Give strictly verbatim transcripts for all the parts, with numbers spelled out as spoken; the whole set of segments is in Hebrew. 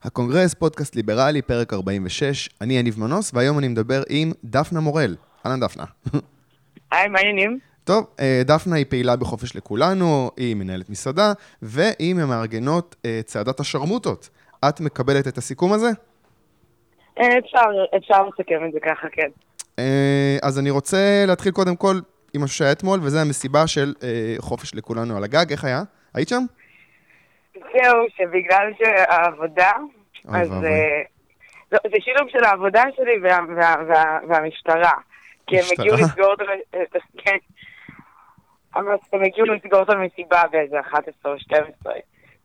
הקונגרס, פודקאסט ליברלי, פרק ארבעים ושש. אני יניב מנוס, והיום אני מדבר עם דפנה מורל. אהלן דפנה. היי, מה העניינים? טוב, דפנה היא פעילה בחופש לכולנו, היא מנהלת מסעדה, והיא ממארגנות צעדת השרמוטות. את מקבלת את הסיכום הזה? אפשר, אפשר לסכם את זה ככה, כן. אז אני רוצה להתחיל קודם כל עם משהו שהיה אתמול, וזה המסיבה של חופש לכולנו על הגג. איך היה? היית שם? זהו, שבגלל שהעבודה, אז זה שילוב של העבודה שלי והמשטרה. כי הם הגיעו לסגור את כן. אבל הם הגיעו לסגור את המסיבה באיזה אחת עשרה או שתים עשרה.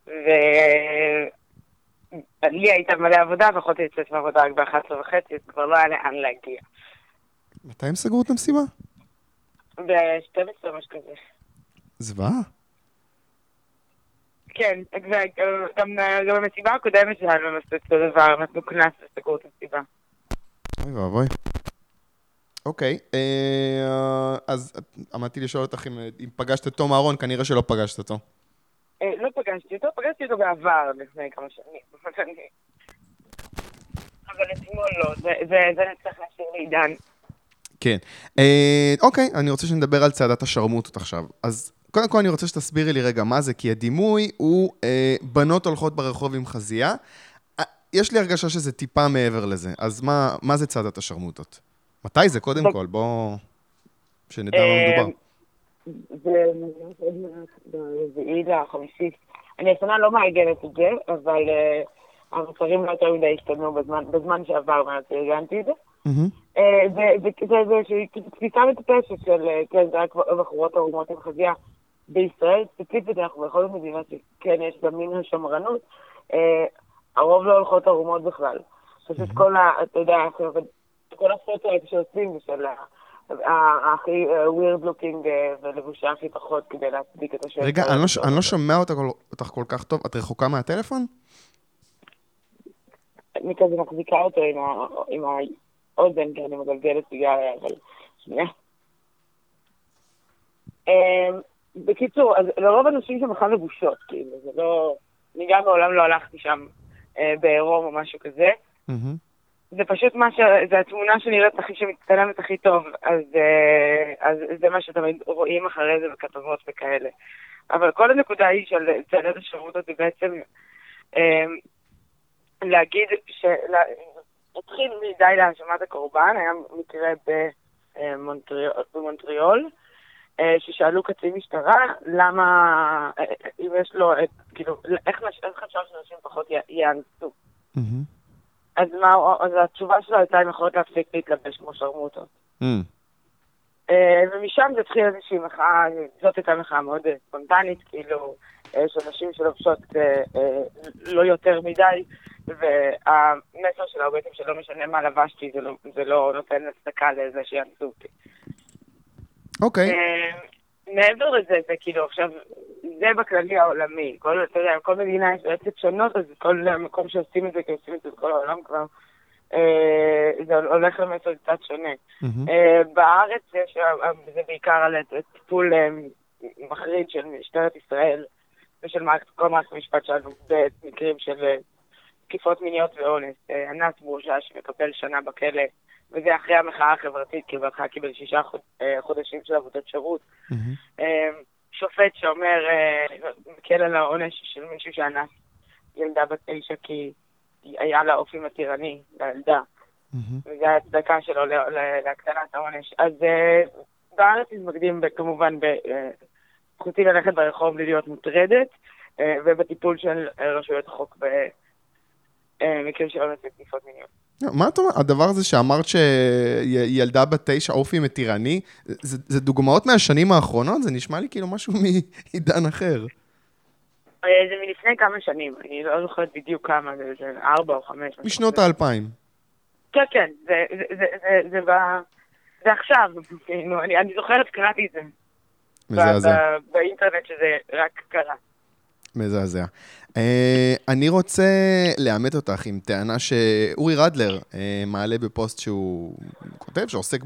ולי הייתה מלא עבודה, ואחותי יצאת מעבודה רק ב-אחת עשרה וחצי, אז כבר לא היה לאן להגיע. מתי הם סגרו את המסיבה? ב-שתים עשרה, משהו כזה. זוועה? כן, גם במסיבה הקודמת שלנו הם עשו את זה דבר, נתנו כנס וסגרו את המסיבה. אוי ואבוי. אוקיי, אז עמדתי לשאול אותך אם פגשת את תום אהרון, כנראה שלא פגשת אותו. לא פגשתי אותו, פגשתי אותו בעבר לפני כמה שנים. אבל אתמול לא, זה נצטרך להשאיר לעידן. כן. אוקיי, אני רוצה שנדבר על צעדת השרמוטות עכשיו. אז קודם כל אני רוצה שתסבירי לי רגע מה זה, כי הדימוי הוא בנות הולכות ברחוב עם חזייה. יש לי הרגשה שזה טיפה מעבר לזה. אז מה, מה זה צעדת השרמוטות? מתי זה קודם כל? בוא שנדע מה מדובר. זה ברביעי לחמישי. אני השנה לא מארגנת את זה, אבל המוצרים לא יותר מדי השתנו בזמן שעבר מאז ארגנתי את זה. זה איזושהי תפיסה מטופשת של בחורות ערומות עם חזייה. בישראל ספציפית אנחנו בכל מדינה שכן יש גם מין השמרנות, הרוב לא הולכות ערומות בכלל. פשוט כל ה... אתה יודע, כל הפוטו שעושים בשביל הכי weird looking ולבושה הכי פחות כדי להצדיק את השאלה. רגע, אני לא שומע אותך כל כך טוב. את רחוקה מהטלפון? אני כזה מחזיקה אותו עם האוזן, כי אני מגלגלת סיגריה, אבל שנייה. בקיצור, אז לרוב אנשים שם בכלל לבושות, כאילו, זה לא... אני גם בעולם לא הלכתי שם בעירום או משהו כזה. זה פשוט מה ש... זה התמונה שנראית הכי שמצטלמת הכי טוב, אז, אז זה מה שתמיד רואים אחרי זה בכתבות וכאלה. אבל כל הנקודה היא של צעדת השרמוטות זה בעצם להגיד שהתחיל מדי להאשמת הקורבן, היה מקרה במונטריאול, ששאלו קצין משטרה למה, אם יש לו, כאילו, איך חשב שאנשים פחות יאנסו. אז מה, אז התשובה שלו הייתה אם יכולות להפסיק להתלבש כמו שרמוטות. ומשם זה התחיל איזושהי מחאה, זאת הייתה מחאה מאוד ספונטנית, כאילו, יש אנשים שלובשות לא יותר מדי, והמסר שלה הוא בעצם שלא משנה מה לבשתי, זה לא נותן הצדקה לזה שיאנסו אותי. אוקיי. מעבר לזה, זה כאילו, עכשיו, זה בכללי העולמי. כל, אתה יודע, כל מדינה יש בעצם שונות, אז כל מקום שעושים את זה, כי עושים את זה בכל העולם כבר, זה הולך למסר קצת שונה. בארץ יש, זה בעיקר על טיפול מחריד של משטרת ישראל, ושל כל מערכת המשפט שלנו, במקרים של תקיפות מיניות ואונס. אנס בורשע שמקבל שנה בכלא, וזה אחרי המחאה החברתית, כי בהתחלה קיבל שישה חודשים של עבודת שירות. שופט שאומר, מקל על העונש של מישהו שאנס ילדה בת תשע, כי היה לה אופי מתירני לילדה, וזו ההצדקה שלו להקטנת העונש. אז בארץ מתמקדים כמובן בזכותי ללכת ברחוב להיות מוטרדת, ובטיפול של רשויות החוק במקרים של אונס ותקיפות מיניות. מה אתה אומר? הדבר הזה שאמרת שילדה בת תשע אופי מתירני, זה, זה דוגמאות מהשנים האחרונות? זה נשמע לי כאילו משהו מעידן אחר. זה מלפני כמה שנים, אני לא זוכרת בדיוק כמה, זה, זה ארבע או חמש. משנות האלפיים. כן, כן, זה, זה, זה, זה, זה, זה, זה עכשיו, אני, אני זוכרת, קראתי את זה. מזעזע. באינטרנט שזה רק קרה. מזעזע. אני רוצה לאמת אותך עם טענה שאורי רדלר מעלה בפוסט שהוא כותב, שעוסק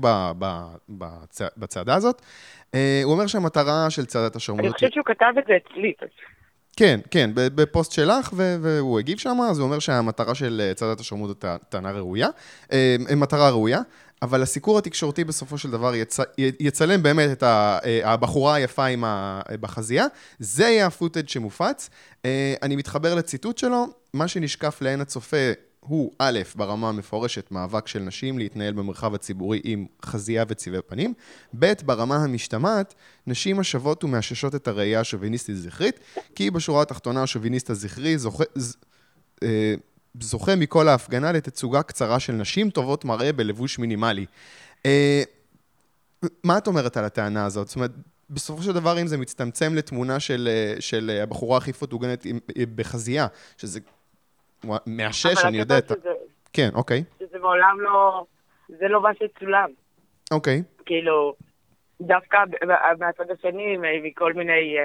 בצעדה הזאת. הוא אומר שהמטרה של צעדת השרמוטות... אני חושבת שהוא כתב את זה אצלי. כן, כן, בפוסט שלך, והוא הגיב שם, אז הוא אומר שהמטרה של צעדת השרמוט היא טענה ראויה, מטרה ראויה, אבל הסיקור התקשורתי בסופו של דבר יצלם באמת את הבחורה היפה עם בחזייה, זה יהיה הפוטאג' שמופץ. אני מתחבר לציטוט שלו, מה שנשקף לעין הצופה הוא א', ברמה המפורשת, מאבק של נשים להתנהל במרחב הציבורי עם חזייה וצבעי פנים, ב', ברמה המשתמעת, נשים השוות ומאששות את הראייה השוביניסטית זכרית, כי בשורה התחתונה השוביניסט הזכרי זוכה, ז, אה, זוכה מכל ההפגנה לתצוגה קצרה של נשים טובות מראה בלבוש מינימלי. אה, מה את אומרת על הטענה הזאת? זאת אומרת, בסופו של דבר, אם זה מצטמצם לתמונה של, של הבחורה הכי פוטוגנית בחזייה, שזה מהשש, אני יודע את... כן, אוקיי. שזה מעולם לא... זה לא מה שצולם. אוקיי. כאילו, דווקא מהצד השני, מכל מיני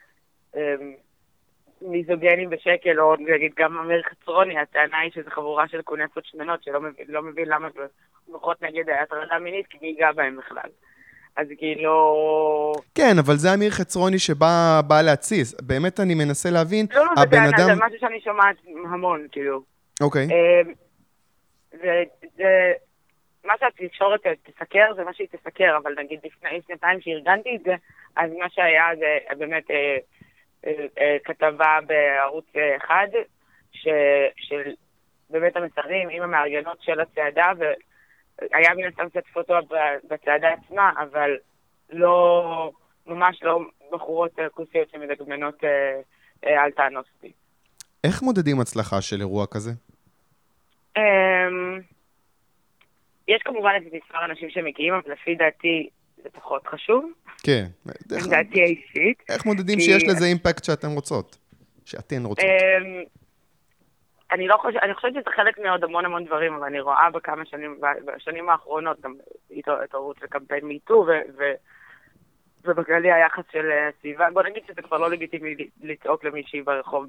מיזוגנים בשקל, או נגיד גם אמיר חצרוני, הטענה היא שזו חבורה של קונפות שמנות, שלא מבין למה זה מוכרות נגד הטרדה מינית, כי מי ייגע בהם בכלל. אז כאילו... כן, אבל זה אמיר חצרוני שבא להתסיס. באמת אני מנסה להבין, לא, לא, זה אדם... זה משהו שאני שומעת המון, כאילו. אוקיי. זה... מה שהתקשורת תסקר, זה מה שהיא תסקר, אבל נגיד לפני שנתיים שארגנתי את זה, אז מה שהיה זה באמת כתבה בערוץ אחד, של באמת המסרים עם המארגנות של הצעדה, ו... היה מן הסתם קצת פוטו בצעדה עצמה, אבל לא, ממש לא בחורות כוסיות שמדגמנות על טענות אותי. איך מודדים הצלחה של אירוע כזה? יש כמובן את מספר אנשים שמגיעים, אבל לפי דעתי זה פחות חשוב. כן. דעתי האישית. איך מודדים שיש לזה אימפקט שאתן רוצות? שאתן רוצות? אני לא חושב, אני חושבת שזה חלק מעוד המון המון דברים, אבל אני רואה בכמה שנים, בשנים האחרונות, גם התעוררות לקמפיין מיטו, ובכללי היחס של סביבה, בוא נגיד שזה כבר לא לגיטימי לצעוק למישהי ברחוב,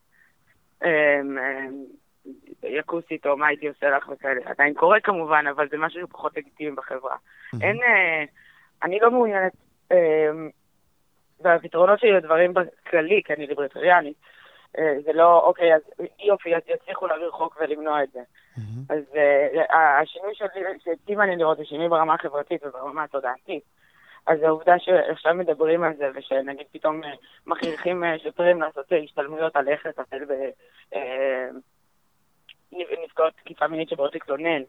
יקוסית או מה הייתי עושה לך וכאלה. עדיין קורה כמובן, אבל זה משהו פחות לגיטימי בחברה. אין, אני לא מעוניינת, והפתרונות שלי לדברים בכללי, כי אני ליברטריאנית, זה לא, אוקיי, אז יופי, יצליחו להעביר חוק ולמנוע את זה. אז השינוי שאתי מעניין לראות, זה שינוי ברמה החברתית וברמה התודעתית. אז העובדה שעכשיו מדברים על זה, ושנגיד פתאום מכריחים שוטרים לעשות השתלמויות על איך לטפל בנפגעות תקיפה מינית שבאות להתלונן,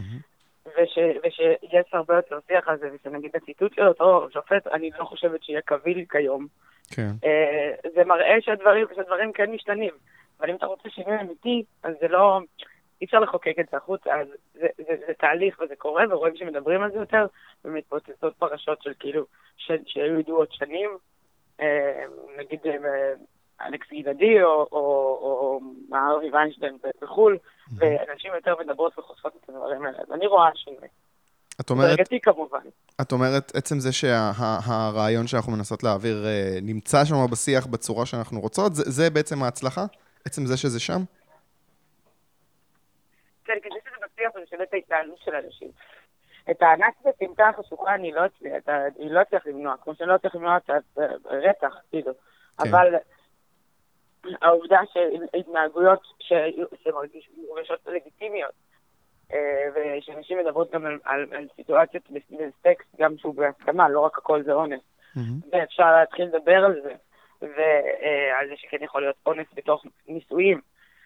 ושיש הרבה יותר שיח על זה, ושנגיד הציטוט של אותו שופט, אני לא חושבת שיהיה קביל כיום. כן. זה מראה שהדברים, שהדברים כן משתנים. אבל אם אתה רוצה שינוי אמיתי, אז זה לא... אי אפשר לחוקק את זה החוץ, אז זה, זה, זה תהליך וזה קורה, ורואים שמדברים על זה יותר, ומתפוצצות פרשות של כאילו, שהיו ידועות שנים, נגיד אלכס גלעדי, או, או, או ארווי ויינשטיין בחול, ואנשים יותר מדברות וחושפות את הדברים האלה. אז אני רואה שינוי. את אומרת, ברגתי כמובן. את אומרת, עצם זה שהרעיון שאנחנו מנסות להעביר נמצא שם בשיח בצורה שאנחנו רוצות, זה, זה בעצם ההצלחה? עצם זה שזה שם? כן, כדי שזה בשיח ולשנה את ההתנהלות של אנשים. את הענק וסמטה החשוכה אני לא אצליח, אני לא אצליח למנוע, כמו שאני לא אצליח למנוע את הרצח, כאילו. אבל העובדה שהתנהגויות שמרגישות לגיטימיות, ושאנשים מדברות גם על סיטואציות בסטקסט, גם שהוא בהסכמה, לא רק הכל זה אונס. ואפשר להתחיל לדבר על זה, ועל זה שכן יכול להיות אונס בתוך נישואים,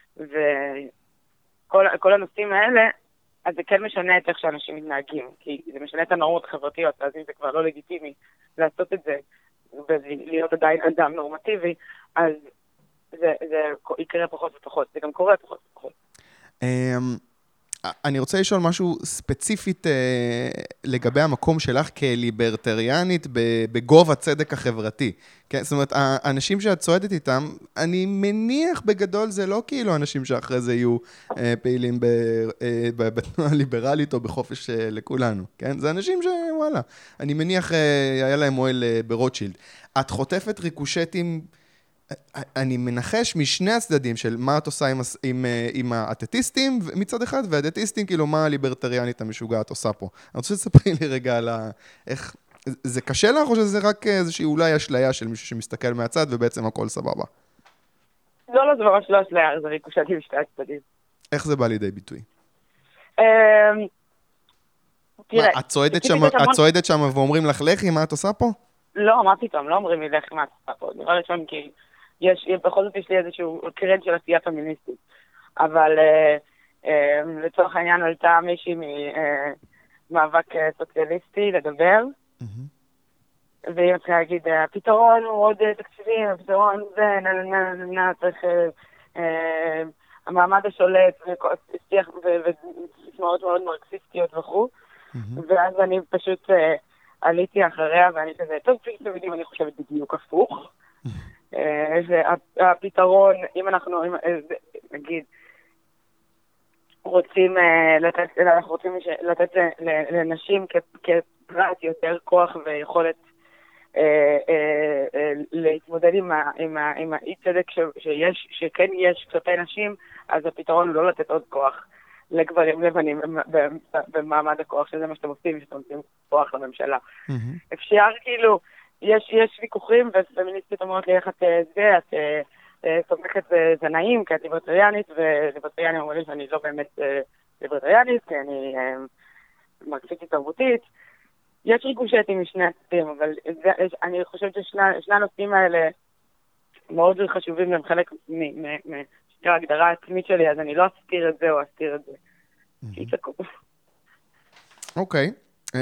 וכל הנושאים האלה, אז זה כן משנה את איך שאנשים מתנהגים, כי זה משנה את הנורמות החברתיות, אז אם זה כבר לא לגיטימי לעשות את זה, ולהיות עדיין אדם נורמטיבי, אז זה יקרה פחות ופחות, זה גם קורה פחות ופחות. אני רוצה לשאול משהו ספציפית לגבי המקום שלך כליברטריאנית בגובה צדק החברתי. זאת אומרת, האנשים שאת צועדת איתם, אני מניח בגדול זה לא כאילו אנשים שאחרי זה יהיו פעילים בתנועה ליברלית או בחופש לכולנו. זה אנשים שוואלה, אני מניח היה להם מועל ברוטשילד. את חוטפת ריקושטים, אני מנחש משני הצדדים של מה את עושה עם, עם, עם האתטיסטים מצד אחד, והאתטיסטים כאילו מה הליברטריאנית המשוגעת עושה פה. אני רוצה לספרי לי רגע על ה... איך... זה קשה לך או שזה רק איזושהי אולי אשליה של מישהו שמסתכל מהצד ובעצם הכל סבבה? לא, לא, זה ממש לא אשליה, זה ריקושטים משתי הצדדים. איך זה בא לידי ביטוי? תראה, את צועדת שם ואומרים לך, לכי, מה את עושה פה? לא, מה פתאום, לא אומרים לי לכי, מה את עושה פה. דבר ראשון, כי בכל זאת יש לי איזשהו קרן של עשייה פמיניסטית. אבל לצורך העניין עלתה מישהי ממאבק סוציאליסטי לדבר, והיא מתחילה להגיד, הפתרון הוא עוד תקציבים, הפתרון זה, נע, צריך המעמד השולט, וסיסמאות מאוד מרקסיסטיות וכו'. ואז אני פשוט עליתי אחריה, ואני כזה, טוב, אתם יודעים, אני חושבת בדיוק הפוך. הפתרון, אם אנחנו, נגיד, רוצים לתת, אנחנו רוצים לתת לנשים כפרט יותר כוח ויכולת להתמודד עם האי צדק שיש, שכן יש כלפי נשים, אז הפתרון הוא לא לתת עוד כוח לגברים לבנים במעמד הכוח, שזה מה שאתם עושים, שאתם עושים כוח לממשלה. אפשר כאילו, יש ויכוחים, ופמיניסטית אומרת לי איך את זה, את תומכת זנאים, כי את ליברטריאנית, וליברטריאנים אומרים שאני לא באמת ליברטריאנית, כי אני מרקסיסטית תרבותית. יש ריקושטים משני הצדדים, אבל אני חושבת ששני הנושאים האלה מאוד חשובים, הם חלק מההגדרה העצמית שלי, אז אני לא אסתיר את זה או אסתיר את זה. שיצעקו. אוקיי.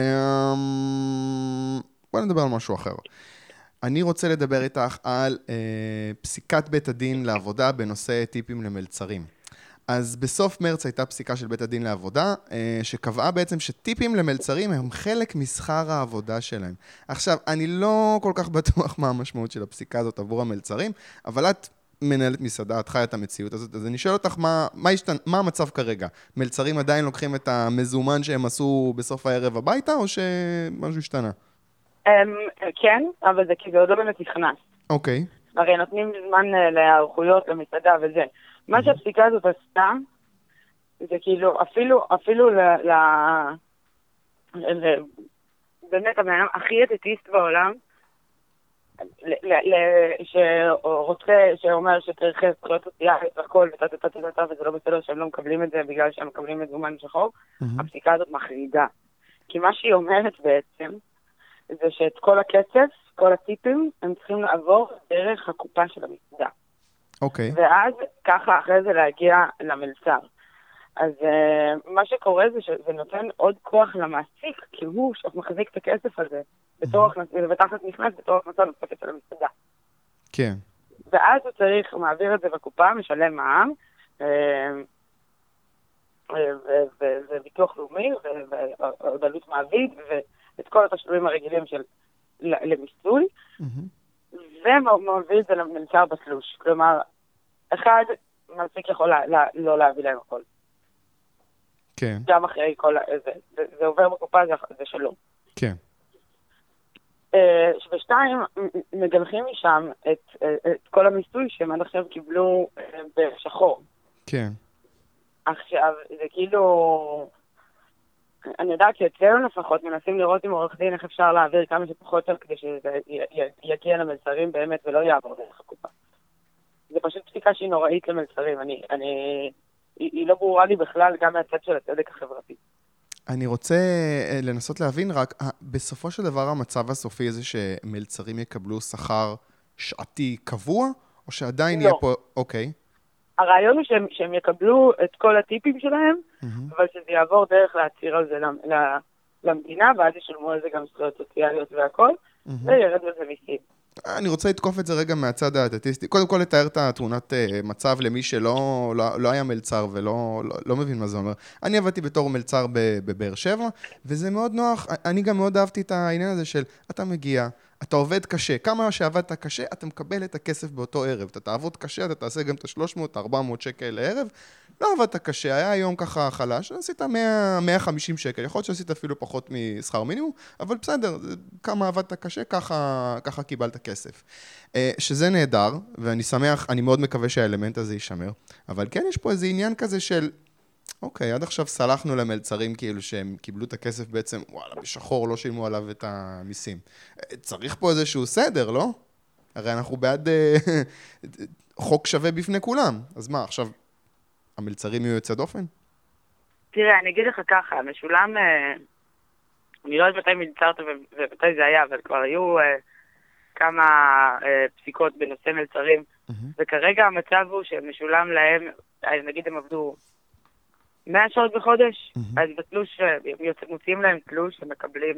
בוא נדבר על משהו אחר. אני רוצה לדבר איתך על פסיקת בית הדין לעבודה בנושא טיפים למלצרים. אז בסוף מרץ הייתה פסיקה של בית הדין לעבודה, שקבעה בעצם שטיפים למלצרים הם חלק משכר העבודה שלהם. עכשיו, אני לא כל כך בטוח מה המשמעות של הפסיקה הזאת עבור המלצרים, אבל את מנהלת מסעדה, את חיה את המציאות הזאת, אז אני שואל אותך מה, מה, ישתנ... מה המצב כרגע? מלצרים עדיין לוקחים את המזומן שהם עשו בסוף הערב הביתה, או שמשהו השתנה? כן, אבל זה כי זה עוד לא באמת נכנס. אוקיי. הרי נותנים זמן להערכויות, למסעדה וזה. מה שהפסיקה הזאת עשתה, זה כאילו, אפילו, אפילו ל... ל... ל... באמת, הבן הכי אתטיסט בעולם, שרוצה, שאומר שצריך זכויות סוציאליות והכל, וזה לא בסדר שהם לא מקבלים את זה בגלל שהם מקבלים מזומן שחור, הפסיקה הזאת מחרידה. כי מה שהיא אומרת בעצם, זה שאת כל הכסף, כל הטיפים, הם צריכים לעבור דרך הקופה של המסעדה. אוקיי. ואז ככה אחרי זה להגיע למלצר. אז uh, מה שקורה זה שזה נותן עוד כוח למעסיק, כי הוא מחזיק את הכסף הזה, בתור הכנסה, ותחת נכנס בתור הכנסה נוספת של המסעדה. כן. ואז הוא צריך, הוא מעביר את זה בקופה, משלם מע"מ, וביטוח לאומי, ועלות מעביד, ואת כל התשלומים הרגילים של למיסוי, ומוביל את זה למלצר בתלוש. כלומר, אחד, מעסיק יכול לא להביא להם הכל. כן. גם אחרי כל זה, זה עובר בקופה, זה שלום. כן. ושתיים, מגלחים משם את, את כל המיסוי שהם עד עכשיו קיבלו בשחור. כן. עכשיו, זה כאילו, אני יודעת שאצלנו לפחות מנסים לראות עם עורך דין איך אפשר להעביר כמה שפחות כדי שזה יגיע למלצרים באמת ולא יעבור דרך הקופה. זה פשוט פסיקה שהיא נוראית למלצרים. אני, אני, היא, היא לא ברורה לי בכלל גם מהצד של הצדק החברתי. אני רוצה לנסות להבין רק, בסופו של דבר המצב הסופי זה שמלצרים יקבלו שכר שעתי קבוע, או שעדיין לא. יהיה פה, אוקיי. הרעיון הוא שהם, שהם יקבלו את כל הטיפים שלהם, mm-hmm. אבל שזה יעבור דרך להצהיר על זה למדינה, ואז ישלמו על זה גם זכויות סוציאליות והכל, mm-hmm. וירד על זה מיסים. אני רוצה לתקוף את זה רגע מהצד האתטיסטי. קודם כל לתאר את התמונת מצב למי שלא לא, לא היה מלצר ולא לא, לא מבין מה זה אומר. אני עבדתי בתור מלצר בבאר שבע, וזה מאוד נוח. אני גם מאוד אהבתי את העניין הזה של אתה מגיע, אתה עובד קשה. כמה שעבדת קשה, אתה מקבל את הכסף באותו ערב. אתה תעבוד קשה, אתה תעשה גם את ה-שלוש מאות ארבע מאות שקל לערב. לא עבדת קשה, היה היום ככה חלש, עשית מאה מאה וחמישים שקל. יכול להיות שעשית אפילו פחות משכר מינימום, אבל בסדר, כמה עבדת קשה, ככה, ככה קיבלת כסף. שזה נהדר, ואני שמח, אני מאוד מקווה שהאלמנט הזה יישמר. אבל כן, יש פה איזה עניין כזה של, אוקיי, עד עכשיו סלחנו למלצרים כאילו שהם קיבלו את הכסף בעצם, וואלה, בשחור לא שילמו עליו את המיסים. צריך פה איזשהו סדר, לא? הרי אנחנו בעד, חוק שווה בפני כולם. אז מה, עכשיו, המלצרים יהיו יוצא דופן? תראה, אני אגיד לך ככה, משולם, אני לא יודעת מתי מלצרת ומתי זה היה, אבל כבר היו כמה פסיקות בנושא מלצרים, וכרגע המצב הוא שמשולם להם, נגיד הם עבדו מאה שעות בחודש, אז בתלוש, מוציאים להם תלוש ומקבלים,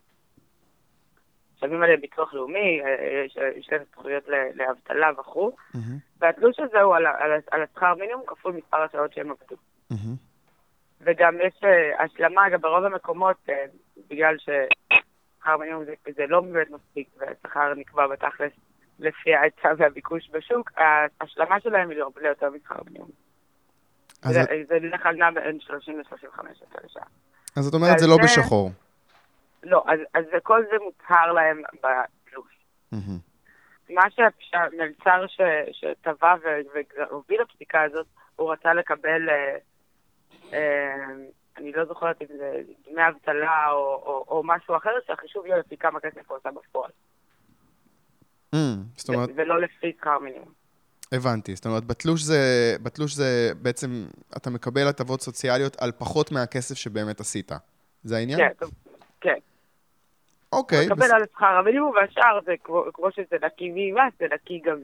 שמים עליהם ביטוח לאומי, יש להם זכויות לאבטלה וכו', והתלוש הזה הוא על השכר מינימום כפול מספר השעות שהם עבדו. וגם יש השלמה, גם ברוב המקומות, בגלל ששכר מינימום זה, זה לא באמת מספיק, והשכר נקבע בתכלס לפי ההיצע והביקוש בשוק, ההשלמה שלהם היא ליותר משכר מינימום. זה, זה בדרך כלל נע בין שלושים ל-שלושים וחמש שקל לשעה. אז זאת אומרת, זה לא בשחור. לא, אז, אז כל זה מותר להם בתלוש. מה שהמלצר שטבע והוביל לפסיקה הזאת, הוא רצה לקבל, אני לא זוכרת אם זה דמי אבטלה או משהו אחר, שהחישוב יהיה לפי כמה כסף הוא עושה בפועל. ולא לפי שכר מינימום. הבנתי, זאת אומרת, בתלוש זה, בתלוש זה בעצם, אתה מקבל הטבות סוציאליות על פחות מהכסף שבאמת עשית. זה העניין? כן, כן. אוקיי. אתה מקבל על שכר המינימום, והשאר זה כמו שזה נקי ממס, זה נקי גם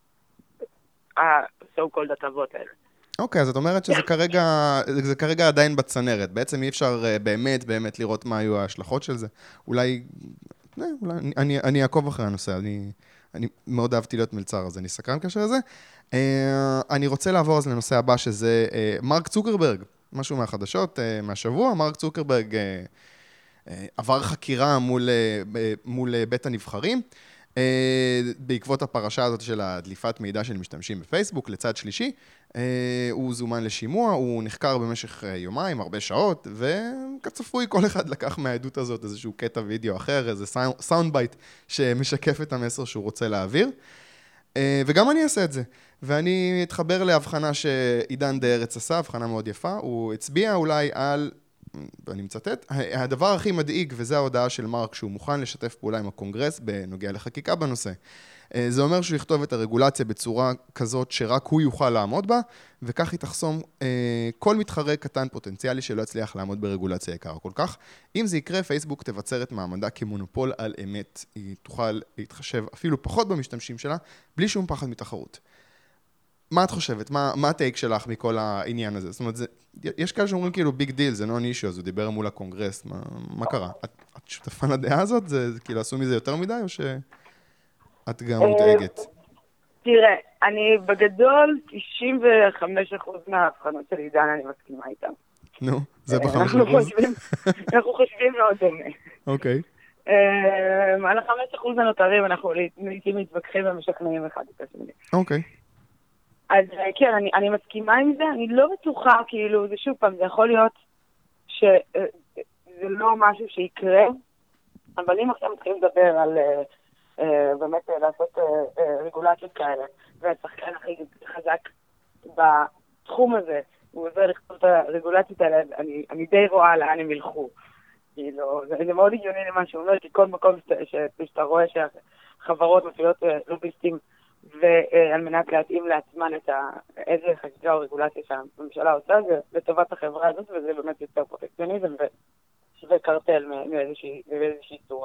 מה-so called הטבות האלה. אוקיי, אז את אומרת שזה כרגע, זה כרגע עדיין בצנרת. בעצם אי אפשר באמת, באמת לראות מה היו ההשלכות של זה. אולי, אולי, אני, אני אעקוב אחרי הנושא, אני... אני מאוד אהבתי להיות מלצר, אז אני סקרן קשר לזה. Uh, אני רוצה לעבור אז לנושא הבא, שזה uh, מרק צוקרברג, משהו מהחדשות, uh, מהשבוע. מרק צוקרברג uh, uh, עבר חקירה מול, uh, מול uh, בית הנבחרים, uh, בעקבות הפרשה הזאת של הדליפת מידע של משתמשים בפייסבוק, לצד שלישי. Uh, הוא זומן לשימוע, הוא נחקר במשך uh, יומיים, הרבה שעות, וכצפוי כל אחד לקח מהעדות הזאת איזשהו קטע וידאו אחר, איזה סאונד בייט שמשקף את המסר שהוא רוצה להעביר. Uh, וגם אני אעשה את זה. ואני אתחבר להבחנה שעידן דה ארץ עשה, הבחנה מאוד יפה. הוא הצביע אולי על, ואני מצטט, הדבר הכי מדאיג, וזה ההודעה של מרק, שהוא מוכן לשתף פעולה עם הקונגרס בנוגע לחקיקה בנושא. זה אומר שהוא יכתוב את הרגולציה בצורה כזאת שרק הוא יוכל לעמוד בה, וכך היא תחסום אה, כל מתחרה קטן פוטנציאלי שלא יצליח לעמוד ברגולציה יקרה כל כך. אם זה יקרה, פייסבוק תבצר את מעמדה כמונופול על אמת. היא תוכל להתחשב אפילו פחות במשתמשים שלה, בלי שום פחד מתחרות. מה את חושבת? מה, מה הטייק שלך מכל העניין הזה? זאת אומרת, זה, יש כאלה שאומרים כאילו ביג דיל, זה נון אישו, אז הוא דיבר מול הקונגרס, מה, מה קרה? את, את שותפה לדעה הזאת? זה, זה כאילו עשו מזה יותר מדי או ש... את גם מותאגת. תראה, אני בגדול תשעים וחמישה אחוז מההבחנות של עידן, אני מסכימה איתם. נו, זה בחמש אחוז? אנחנו חושבים מאוד דומה. אוקיי. על החמש אחוז הנותרים אנחנו לעתים מתווכחים ומשכנעים אחד את השני. אוקיי. אז כן, אני מסכימה עם זה, אני לא בטוחה, כאילו, זה שוב פעם, זה יכול להיות שזה לא משהו שיקרה, אבל אם עכשיו מתחילים לדבר על... באמת לעשות רגולציות כאלה, והשחקן הכי חזק בתחום הזה, הוא עובר לכתוב את הרגולציות האלה, אני, אני די רואה לאן הם ילכו. כאילו, זה, זה מאוד הגיוני למה שהוא אומר, כי כל מקום שאתה רואה שהחברות מפעילות לוביסטים, ועל מנת להתאים לעצמן את איזה חקיקה או רגולציה שהממשלה עושה, זה לטובת החברה הזאת, וזה באמת יותר פרוטקציוניזם וקרטל מאיזושהי צורה.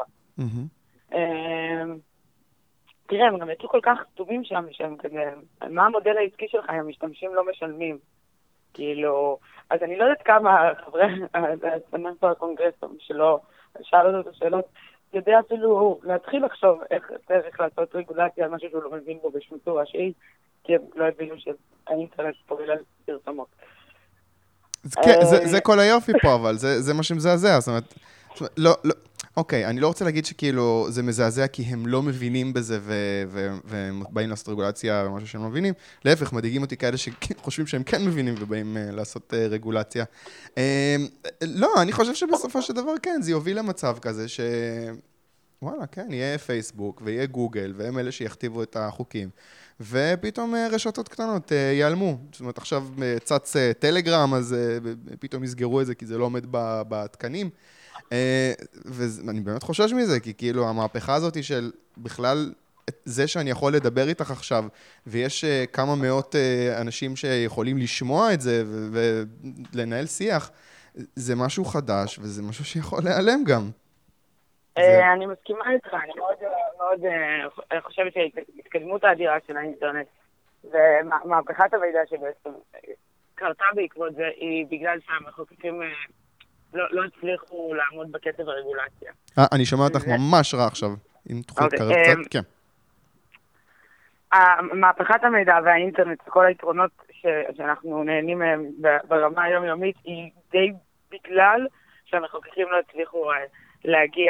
תראה, הם גם יצאו כל כך טובים שם, שהם כזה, מה המודל העסקי שלך, הם משתמשים לא משלמים. כאילו, אז אני לא יודעת כמה חברי הסנאט הקונגרס שלו, שאל אותו את השאלות, יודע אפילו להתחיל לחשוב איך צריך לעשות רגולציה על משהו שהוא לא מבין בו בשום צורה שהיא, כי הם לא הבינו שהאינטרנט פועל על פרסומות. זה כל היופי פה, אבל זה מה שמזעזע, זאת אומרת, לא, לא, אוקיי, אני לא רוצה להגיד שכאילו זה מזעזע כי הם לא מבינים בזה והם באים לעשות רגולציה ומשהו שהם לא מבינים. להפך, מדאיגים אותי כאלה שחושבים שהם כן מבינים ובאים לעשות רגולציה. לא, אני חושב שבסופו של דבר כן, זה יוביל למצב כזה ש... וואלה, כן, יהיה פייסבוק ויהיה גוגל והם אלה שיכתיבו את החוקים. ופתאום רשתות קטנות ייעלמו. זאת אומרת, עכשיו צץ טלגרם, אז פתאום יסגרו את זה כי זה לא עומד בתקנים. ואני באמת חושש מזה, כי כאילו המהפכה הזאת של בכלל זה שאני יכול לדבר איתך עכשיו, ויש כמה מאות אנשים שיכולים לשמוע את זה ולנהל שיח, זה משהו חדש, וזה משהו שיכול להיעלם גם. אני מסכימה איתך, אני מאוד מאוד חושבת שההתקדמות האדירה של האינטרנט, ומהפכת המידע שבעצם קרתה בעקבות זה, היא בגלל שהמחוקקים לא הצליחו לעמוד בקצב הרגולציה. אני שומע אותך ממש רע עכשיו, אם תוכל לקרב קצת, כן. מהפכת המידע והאינטרנט, כל היתרונות שאנחנו נהנים מהם ברמה היומיומית, היא די בגלל שהמחוקקים לא הצליחו להגיע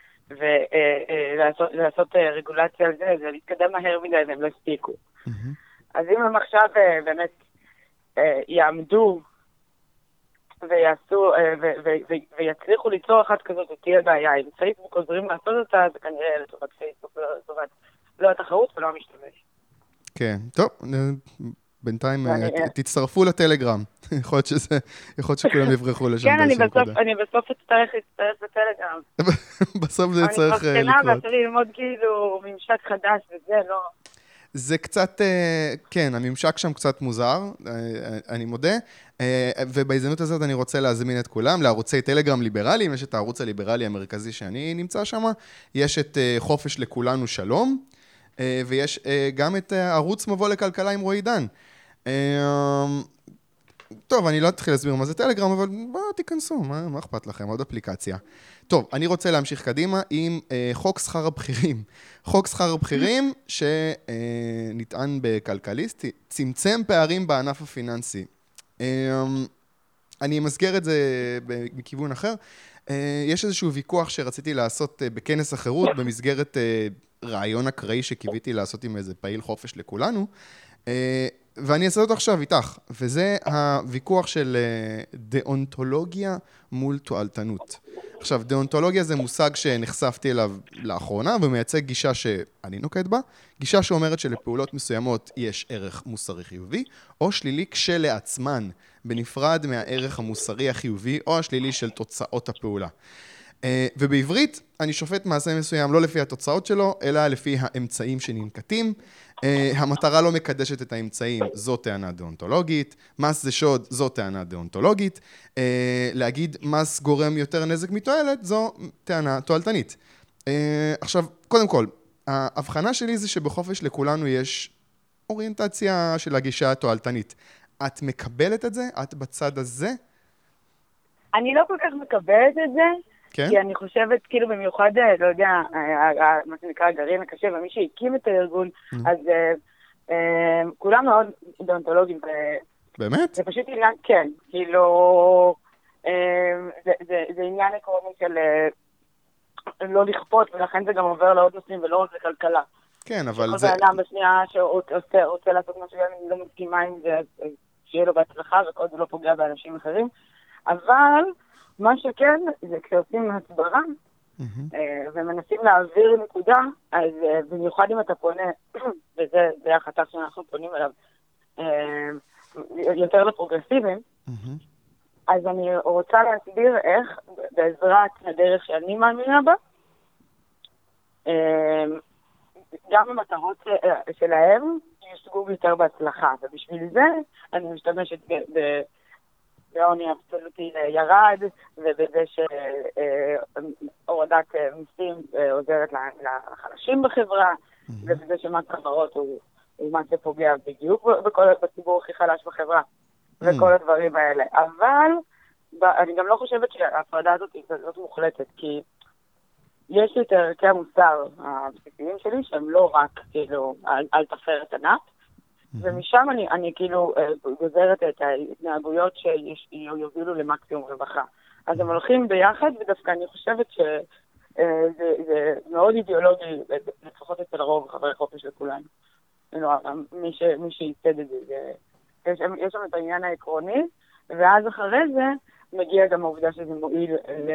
ולעשות רגולציה על זה, זה להתקדם מהר מדי, והם לא הספיקו. אז אם הם עכשיו באמת יעמדו ויעשו, ויצליחו ליצור אחת כזאת, זה תהיה בעיה. אם פייסבוק עוזרים לעשות אותה, זה כנראה לטובת פייסבוק, לטובת לא התחרות ולא המשתמש. כן, טוב, בינתיים תצטרפו לטלגרם. יכול להיות שזה, יכול להיות שכולם יברחו לשם. כן, אני בסוף אצטרך לטלגרם. בסוף זה יצטרך לקרות. אני כבר קטנה ואתה ללמוד כאילו ממשק חדש וזה, לא... זה קצת, כן, הממשק שם קצת מוזר, אני מודה, ובהזדמנות הזאת אני רוצה להזמין את כולם לערוצי טלגרם ליברליים, יש את הערוץ הליברלי המרכזי שאני נמצא שם, יש את חופש לכולנו שלום, ויש גם את ערוץ מבוא לכלכלה עם רועי דן. טוב, אני לא אתחיל להסביר מה זה טלגרם, אבל בואו תיכנסו, מה, מה אכפת לכם? עוד אפליקציה. טוב, אני רוצה להמשיך קדימה עם אה, חוק שכר הבכירים. חוק שכר הבכירים שנטען בכלכליסט, צמצם פערים בענף הפיננסי. אה, אני מסגר את זה בכיוון אחר. אה, יש איזשהו ויכוח שרציתי לעשות אה, בכנס החירות, במסגרת אה, רעיון אקראי שקיוויתי לעשות עם איזה פעיל חופש לכולנו. אה, ואני אעשה אותו עכשיו איתך, וזה הוויכוח של דאונטולוגיה מול תועלתנות. עכשיו, דאונטולוגיה זה מושג שנחשפתי אליו לאחרונה, ומייצג גישה שאני נוקט בה, גישה שאומרת שלפעולות מסוימות יש ערך מוסרי חיובי, או שלילי כשלעצמן, בנפרד מהערך המוסרי החיובי, או השלילי של תוצאות הפעולה. ובעברית, אני שופט מעשה מסוים לא לפי התוצאות שלו, אלא לפי האמצעים שננקטים. המטרה לא מקדשת את האמצעים, זו טענה דאונטולוגית. מס זה שוד, זו טענה דאונטולוגית. להגיד מס גורם יותר נזק מתועלת, זו טענה תועלתנית. עכשיו, קודם כל, ההבחנה שלי זה שבחופש לכולנו יש אוריינטציה של הגישה התועלתנית. את מקבלת את זה? את בצד הזה? אני לא כל כך מקבלת את זה. כן? כי אני חושבת, כאילו במיוחד, לא יודע, מה שנקרא הגרעין הקשה, ומי שהקים את הארגון, mm. אז uh, uh, כולם מאוד דאונטולוגים. באמת? זה פשוט עניין, כן, כאילו, uh, זה, זה, זה עניין עקרוני של uh, לא לכפות, ולכן זה גם עובר לעוד נושאים ולא רק לכלכלה. כן, אבל זה... כל האדם בשנייה שרוצה לעשות משהו, אני לא מסכימה עם זה, אז שיהיה לו בהצלחה, וכל זה לא פוגע באנשים אחרים. אבל... מה שכן, זה כשעושים הסברה, ומנסים להעביר נקודה, אז במיוחד אם אתה פונה, וזה החתך שאנחנו פונים אליו, יותר לפרוגרסיבים, אז אני רוצה להסביר איך, בעזרת הדרך שאני מאמינה בה, גם המטרות שלהם יושגו יותר בהצלחה, ובשביל זה אני משתמשת ב... בעוני אבסולוטי ירד, ובזה שהורדת מיסים עוזרת לחלשים בחברה, ובזה שמס חברות הוא מס שפוגע בדיוק בציבור הכי חלש בחברה, וכל הדברים האלה. אבל אני גם לא חושבת שההפרדה הזאת היא זאת מוחלטת, כי יש לי את ערכי המוסר הבסיסיים שלי, שהם לא רק כאילו על תפארת ענק, ומשם אני, אני כאילו גוזרת את ההתנהגויות שיובילו למקסימום רווחה. אז הם הולכים ביחד, ודווקא אני חושבת שזה מאוד אידיאולוגי, לפחות אצל הרוב חברי חופש לכולנו. מי שייצד את זה, יש שם את העניין העקרוני, ואז אחרי זה מגיע גם העובדה שזה מועיל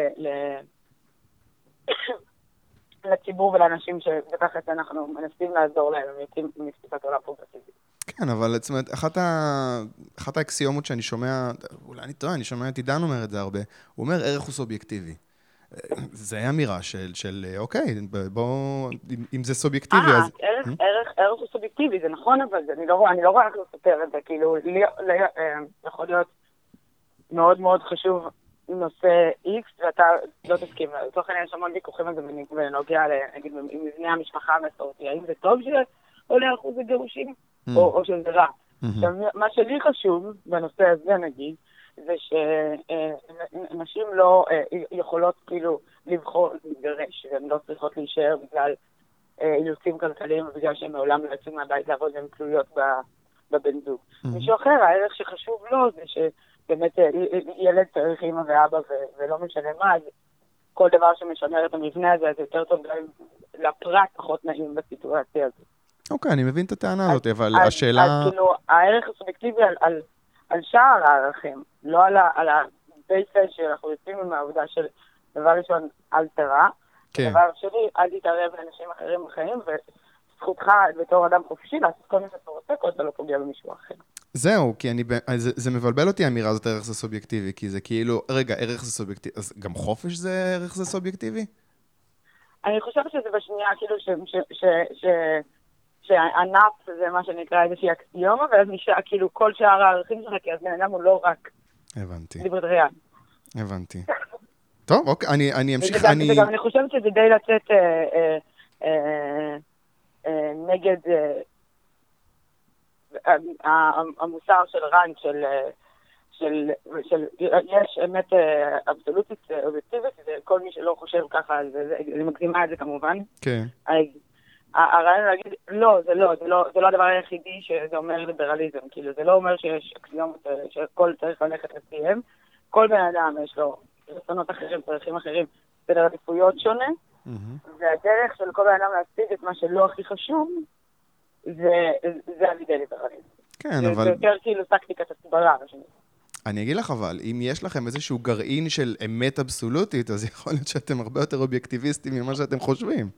לציבור ולאנשים שבתחת אנחנו מנסים לעזור להם, הם יוצאים מתפיסת עולם פרוגרסיבית. כן, אבל זאת אומרת, אחת, ה... אחת האקסיומות שאני שומע, אולי אני טועה, אני שומע את עידן אומר את זה הרבה, הוא אומר ערך הוא סובייקטיבי. זה אמירה של, של, אוקיי, בוא, אם, אם זה סובייקטיבי, אז... אה, ערך, ערך, ערך הוא סובייקטיבי, זה נכון, אבל אני לא, אני לא רואה איך לספר את זה, כאילו, לי, לי, יכול להיות מאוד מאוד חשוב נושא X, ואתה לא תסכים. לצורך העניין יש המון ויכוחים על זה בנוגע, נגיד, עם מבנה המשפחה המסורתי, האם זה טוב שעולה אחוז הגירושים, או, או שזה רע. מה שלי חשוב בנושא הזה, נגיד, זה שנשים לא יכולות כאילו לבחור להתגרש, והן לא צריכות להישאר בגלל אילוצים כלכליים, ובגלל שהן מעולם לא יצאו מהבית לעבוד והן תלויות בבן זוג. מישהו אחר, הערך שחשוב לו זה שבאמת ילד צריך אמא ואבא ולא משנה מה, אז כל דבר שמשמר את המבנה הזה, זה יותר טוב גם לפרט פחות נעים בסיטואציה הזאת. אוקיי, אני מבין את הטענה הזאת, אבל אז, השאלה... אז כאילו, הערך הסובייקטיבי על, על, על שאר הערכים, לא על, על הבייסד שאנחנו יוצאים עם העובדה של דבר ראשון, אל תרע, כן. דבר שני, אל תתערב לאנשים אחרים בחיים, וזכותך בתור אדם חופשי לעשות כל מה שאתה רוצה, כל אתה לא פוגע במישהו אחר. זהו, כי אני, זה, זה מבלבל אותי האמירה הזאת, ערך זה סובייקטיבי, כי זה כאילו, רגע, ערך זה סובייקטיבי, אז גם חופש זה ערך זה סובייקטיבי? אני חושבת שזה בשנייה, כאילו, ש... ש, ש, ש שהענף זה מה שנקרא איזושהי אקסיומה, ואז נשאר כאילו כל שאר הערכים שלך, כי אז בן אדם הוא לא רק ליברטריאן. הבנתי. טוב, אוקיי, אני, אני אמשיך, וגם, אני... וגם אני חושבת שזה די לצאת אה, אה, אה, אה, נגד אה, המוסר של רנד, של, של, של, יש אמת אה, אבסולוטית אובייקטיבית, וכל מי שלא חושב ככה, אני מגזימה את זה כמובן. כן. הרעיון להגיד, לא, זה לא, זה לא, זה לא הדבר היחידי שזה אומר ליברליזם, כאילו, זה לא אומר שיש אקסיומות שהכל צריך ללכת לפיהם, כל בן אדם יש לו רצונות אחרים, צרכים אחרים, סדר עדיפויות שונה, והדרך של כל בן אדם להשיג את מה שלא הכי חשוב, זה על ידי ליברליזם. כן, אבל... זה יותר כאילו טקטיקת הסברה. אני אגיד לך אבל, אם יש לכם איזשהו גרעין של אמת אבסולוטית, אז יכול להיות שאתם הרבה יותר אובייקטיביסטים ממה שאתם חושבים.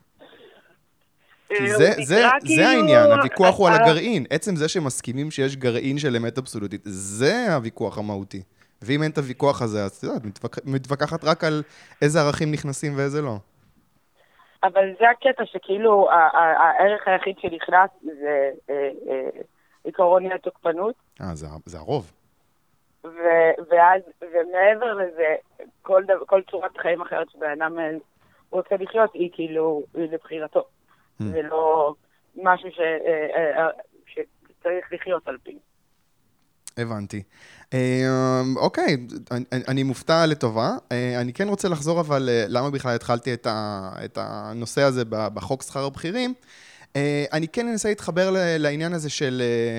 כי זה, זה, זה העניין, הוויכוח הוא על הגרעין. עצם זה שמסכימים שיש גרעין של אמת אבסולוטית, זה הוויכוח המהותי. ואם אין את הוויכוח הזה, אז את יודעת, מתווכחת רק על איזה ערכים נכנסים ואיזה לא. אבל זה הקטע שכאילו הערך היחיד שנכנס זה עיקרון התוקפנות. אה, זה הרוב. ואז, ומעבר לזה, כל צורת חיים אחרת שבאדם רוצה לחיות היא כאילו לבחירתו. זה לא משהו ש, שצריך לחיות על פי. הבנתי. אוקיי, אני מופתע לטובה. אני כן רוצה לחזור אבל למה בכלל התחלתי את הנושא הזה בחוק שכר הבכירים. אני כן אנסה להתחבר לעניין הזה של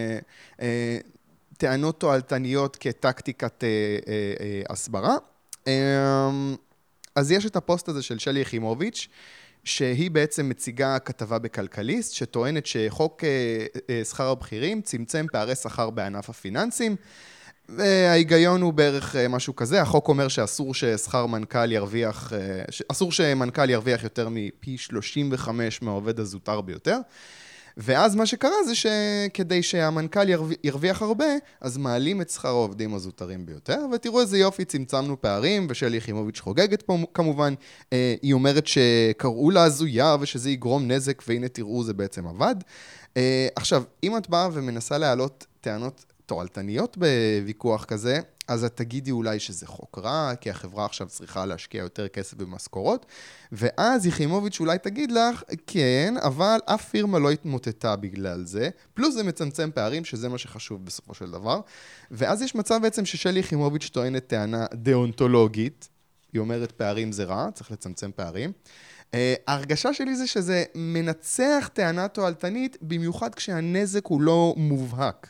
טענות תועלתניות כטקטיקת הסברה. אז יש את הפוסט הזה של שלי יחימוביץ', שהיא בעצם מציגה כתבה בכלכליסט, שטוענת שחוק שכר הבכירים צמצם פערי שכר בענף הפיננסים, וההיגיון הוא בערך משהו כזה. החוק אומר שאסור ששכר מנכ"ל ירוויח, אסור שמנכ"ל ירוויח יותר מפי שלושים וחמש מהעובד הזוטר ביותר, ואז מה שקרה זה שכדי שהמנכ"ל ירוויח הרבה, אז מעלים את שכר העובדים הזוטרים ביותר, ותראו איזה יופי, צמצמנו פערים, ושלי יחימוביץ' חוגגת פה כמובן, היא אומרת שקראו לה הזויה ושזה יגרום נזק, והנה תראו זה בעצם עבד. עכשיו, אם את באה ומנסה להעלות טענות תועלתניות בוויכוח כזה, אז את תגידי אולי שזה חוק רע, כי החברה עכשיו צריכה להשקיע יותר כסף במשכורות, ואז יחימוביץ' אולי תגיד לך, כן, אבל אף פירמה לא התמוטטה בגלל זה, פלוס זה מצמצם פערים, שזה מה שחשוב בסופו של דבר, ואז יש מצב בעצם ששלי יחימוביץ' טוענת טענה דאונטולוגית, היא אומרת פערים זה רע, צריך לצמצם פערים, ההרגשה שלי זה שזה מנצח טענה תועלתנית, במיוחד כשהנזק הוא לא מובהק.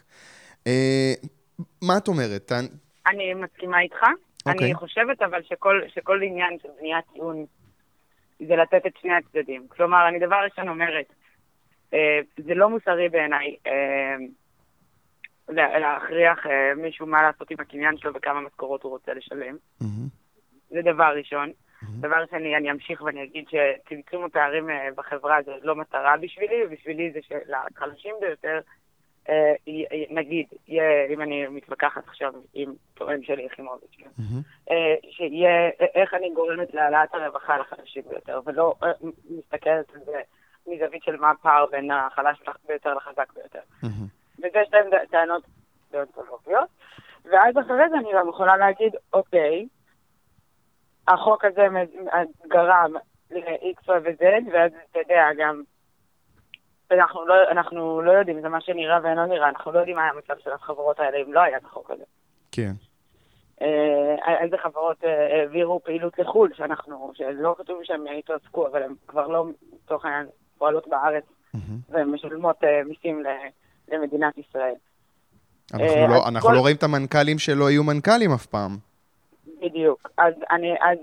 מה את אומרת? אני מסכימה איתך. אני חושבת אבל שכל, שכל עניין של בניית טיעון זה לתת את שני הצדדים. כלומר, אני דבר ראשון אומרת, זה לא מוסרי בעיניי להכריח מישהו מה לעשות עם הקניין שלו וכמה משכורות הוא רוצה לשלם. זה דבר ראשון. דבר שני, אני אמשיך ואני אגיד שצמצום הפערים בחברה זה לא מטרה בשבילי, ובשבילי זה שלחלשים ביותר נגיד, אם אני מתווכחת עכשיו עם תואם שלי יחימוביץ', שיהיה איך אני גורמת להעלאת הרווחה לחלשים ביותר, ולא מסתכלת על זה מזווית של מה הפער בין החלש ביותר לחזק ביותר. וזה שתיים טענות דאונטולוגיות, ואז אחרי זה אני גם יכולה להגיד, אוקיי, החוק הזה גרם ל-X ו-Z, ואז אתה יודע, גם אנחנו לא, אנחנו לא יודעים, זה מה שנראה ואינו נראה, אנחנו לא יודעים מה היה המצב של החברות האלה אם לא היה את החוק הזה. כן. איזה חברות העבירו פעילות לחו"ל, שאנחנו, שלא כתוב שהם התעסקו, אבל הם כבר לא, תוך העניין, פועלות בארץ, והן משלמות מיסים למדינת ישראל. אנחנו לא רואים את המנכ"לים שלא יהיו מנכ"לים אף פעם. בדיוק. אז אני, אז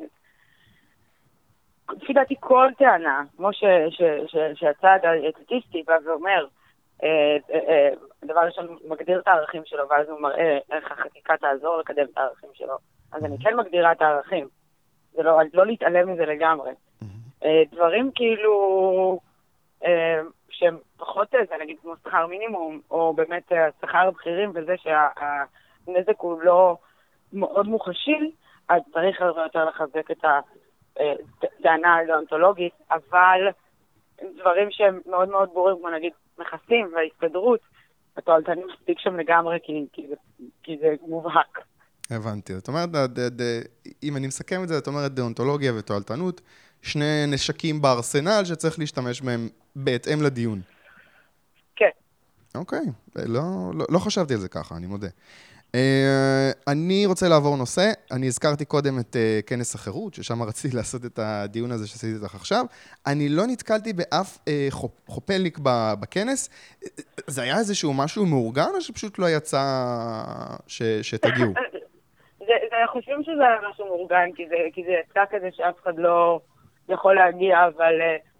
לפי דעתי כל טענה, כמו שהצד האתיסטי בא ואומר, הדבר ראשון מגדיר את הערכים שלו, ואז הוא מראה איך החקיקה תעזור לקדם את הערכים שלו. אז אני כן מגדירה את הערכים. זה לא, לא להתעלם מזה לגמרי. דברים כאילו שהם פחות זה, נגיד כמו שכר מינימום, או באמת השכר הבכירים, וזה שהנזק הוא לא מאוד מוחשי, אז צריך הרבה יותר לחזק את הטענה הדאונטולוגית, אבל דברים שהם מאוד מאוד ברורים, כמו נגיד מכסים וההסתדרות, התועלתנים מספיק שם לגמרי, כי, כי, זה, כי זה מובהק. הבנתי. זאת אומרת, אם אני מסכם את זה, זאת אומרת, דאונטולוגיה ותועלתנות, שני נשקים בארסנל שצריך להשתמש בהם בהתאם לדיון. כן. אוקיי. לא, לא, לא חשבתי על זה ככה, אני מודה. אני רוצה לעבור נושא, אני הזכרתי קודם את כנס החירות, ששם רציתי לעשות את הדיון הזה שעשיתי איתך עכשיו, אני לא נתקלתי באף חופלניק בכנס, זה היה איזשהו משהו מאורגן, או שפשוט לא יצא שתגיעו? חושבים שזה היה משהו מאורגן, כי זה יצא כזה שאף אחד לא יכול להגיע, אבל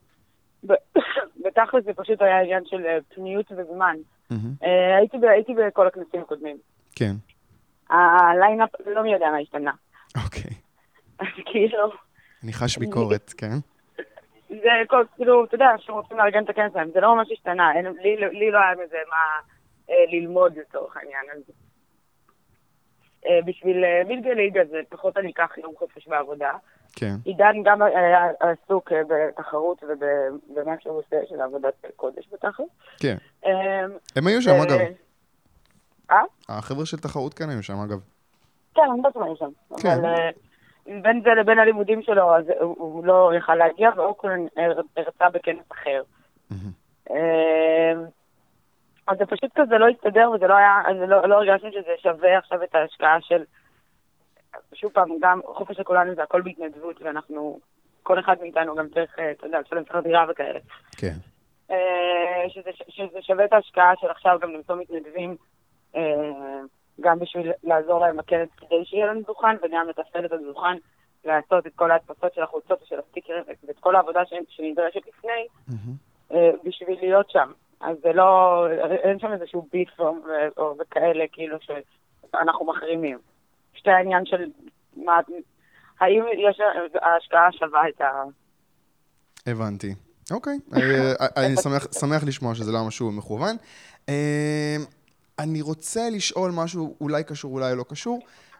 בתכל'ס זה פשוט היה עניין של פניות וזמן. הייתי בכל הכנסים הקודמים. כן. הליינאפ לא מי יודע מה השתנה. אוקיי. אז כאילו... אני חש ביקורת, כן. זה כל, כאילו, אתה יודע, שרוצים לארגן את הכנס להם, זה לא ממש השתנה, לי לא היה מזה מה ללמוד לצורך העניין הזה. בשביל מילגה ליגה זה פחות אני אקח יום חופש בעבודה. כן. עידן גם היה עסוק בתחרות ובמה שהוא עושה של עבודת קודש בתחרות. כן. הם היו שם אגב. אה? החבר'ה של תחרות כאן היו שם, אגב. כן, אני בעצם היו שם. כן. אבל בין זה לבין הלימודים שלו, אז הוא לא יכל להגיע, ואוקלן הרצה בכנס אחר. אז זה פשוט כזה לא הסתדר, וזה לא היה, לא הרגשנו שזה שווה עכשיו את ההשקעה של, שוב פעם, גם חופש לכולנו זה הכל בהתנדבות, ואנחנו, כל אחד מאיתנו גם צריך, אתה יודע, לשלם שכר דירה וכאלה. כן. שזה שווה את ההשקעה של עכשיו גם למצוא מתנדבים, גם בשביל לעזור להם בכנס כדי שיהיה לנו דוכן, וגם לתפעל את הדוכן, לעשות את כל ההדפסות של החולצות ושל הסטיקרים, ואת כל העבודה שנדרשת לפני, בשביל להיות שם. אז זה לא, אין שם איזשהו ביט או וכאלה, כאילו שאנחנו מחרימים. שתי העניין של מה, האם יש ההשקעה שווה את ה... הבנתי. אוקיי. אני שמח לשמוע שזה לא משהו מכוון. אני רוצה לשאול משהו אולי קשור, אולי לא קשור.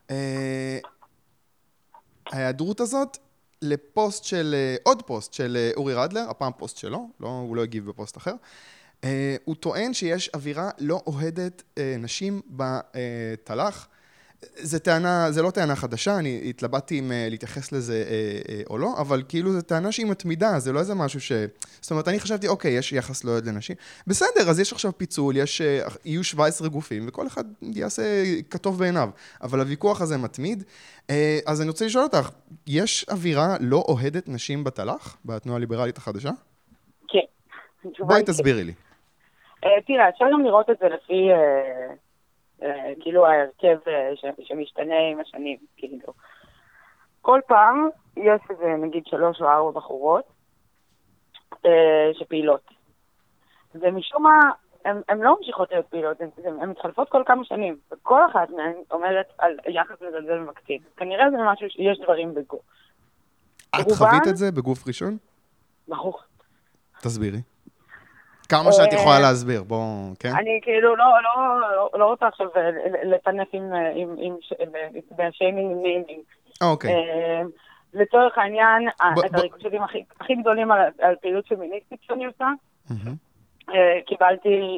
ההיעדרות הזאת לפוסט של, עוד פוסט של אורי רדלר, הפעם פוסט שלו, לא, הוא לא הגיב בפוסט אחר. הוא טוען שיש אווירה לא אוהדת נשים בתל"ח. זה טענה, זה לא טענה חדשה, אני התלבטתי אם להתייחס לזה או לא, אבל כאילו זו טענה שהיא מתמידה, זה לא איזה משהו ש... זאת אומרת, אני חשבתי, אוקיי, יש יחס לא אוהד לנשים. בסדר, אז יש עכשיו פיצול, יש, יהיו שבעה עשר גופים, וכל אחד יעשה כתוב בעיניו. אבל הוויכוח הזה מתמיד. אז אני רוצה לשאול אותך, יש אווירה לא אוהדת נשים בתל"ח, בתנועה הליברלית החדשה? כן. בואי תסבירי לי. תראה, אפשר גם לראות את זה לפי... כאילו ההרכב שמשתנה עם השנים, כאילו. כל פעם יש איזה נגיד שלוש או ארבע בחורות שפעילות. ומשום מה, הן לא ממשיכות להיות פעילות, הן מתחלפות כל כמה שנים, וכל אחת מהן אומרת על יחס מזלזל ומקטין. כנראה זה משהו שיש דברים בגוף. את חווית את זה בגוף ראשון? ברור. תסבירי. כמה שאת יכולה להסביר, בואו, כן? אני כאילו לא, לא, לא, לא רוצה עכשיו לטנף עם, עם, עם, בשיימינג ניימינג. אוקיי. לצורך העניין, את הריקושטים הכי, הכי גדולים על, על פעילות פמיניסטית שאני עושה, קיבלתי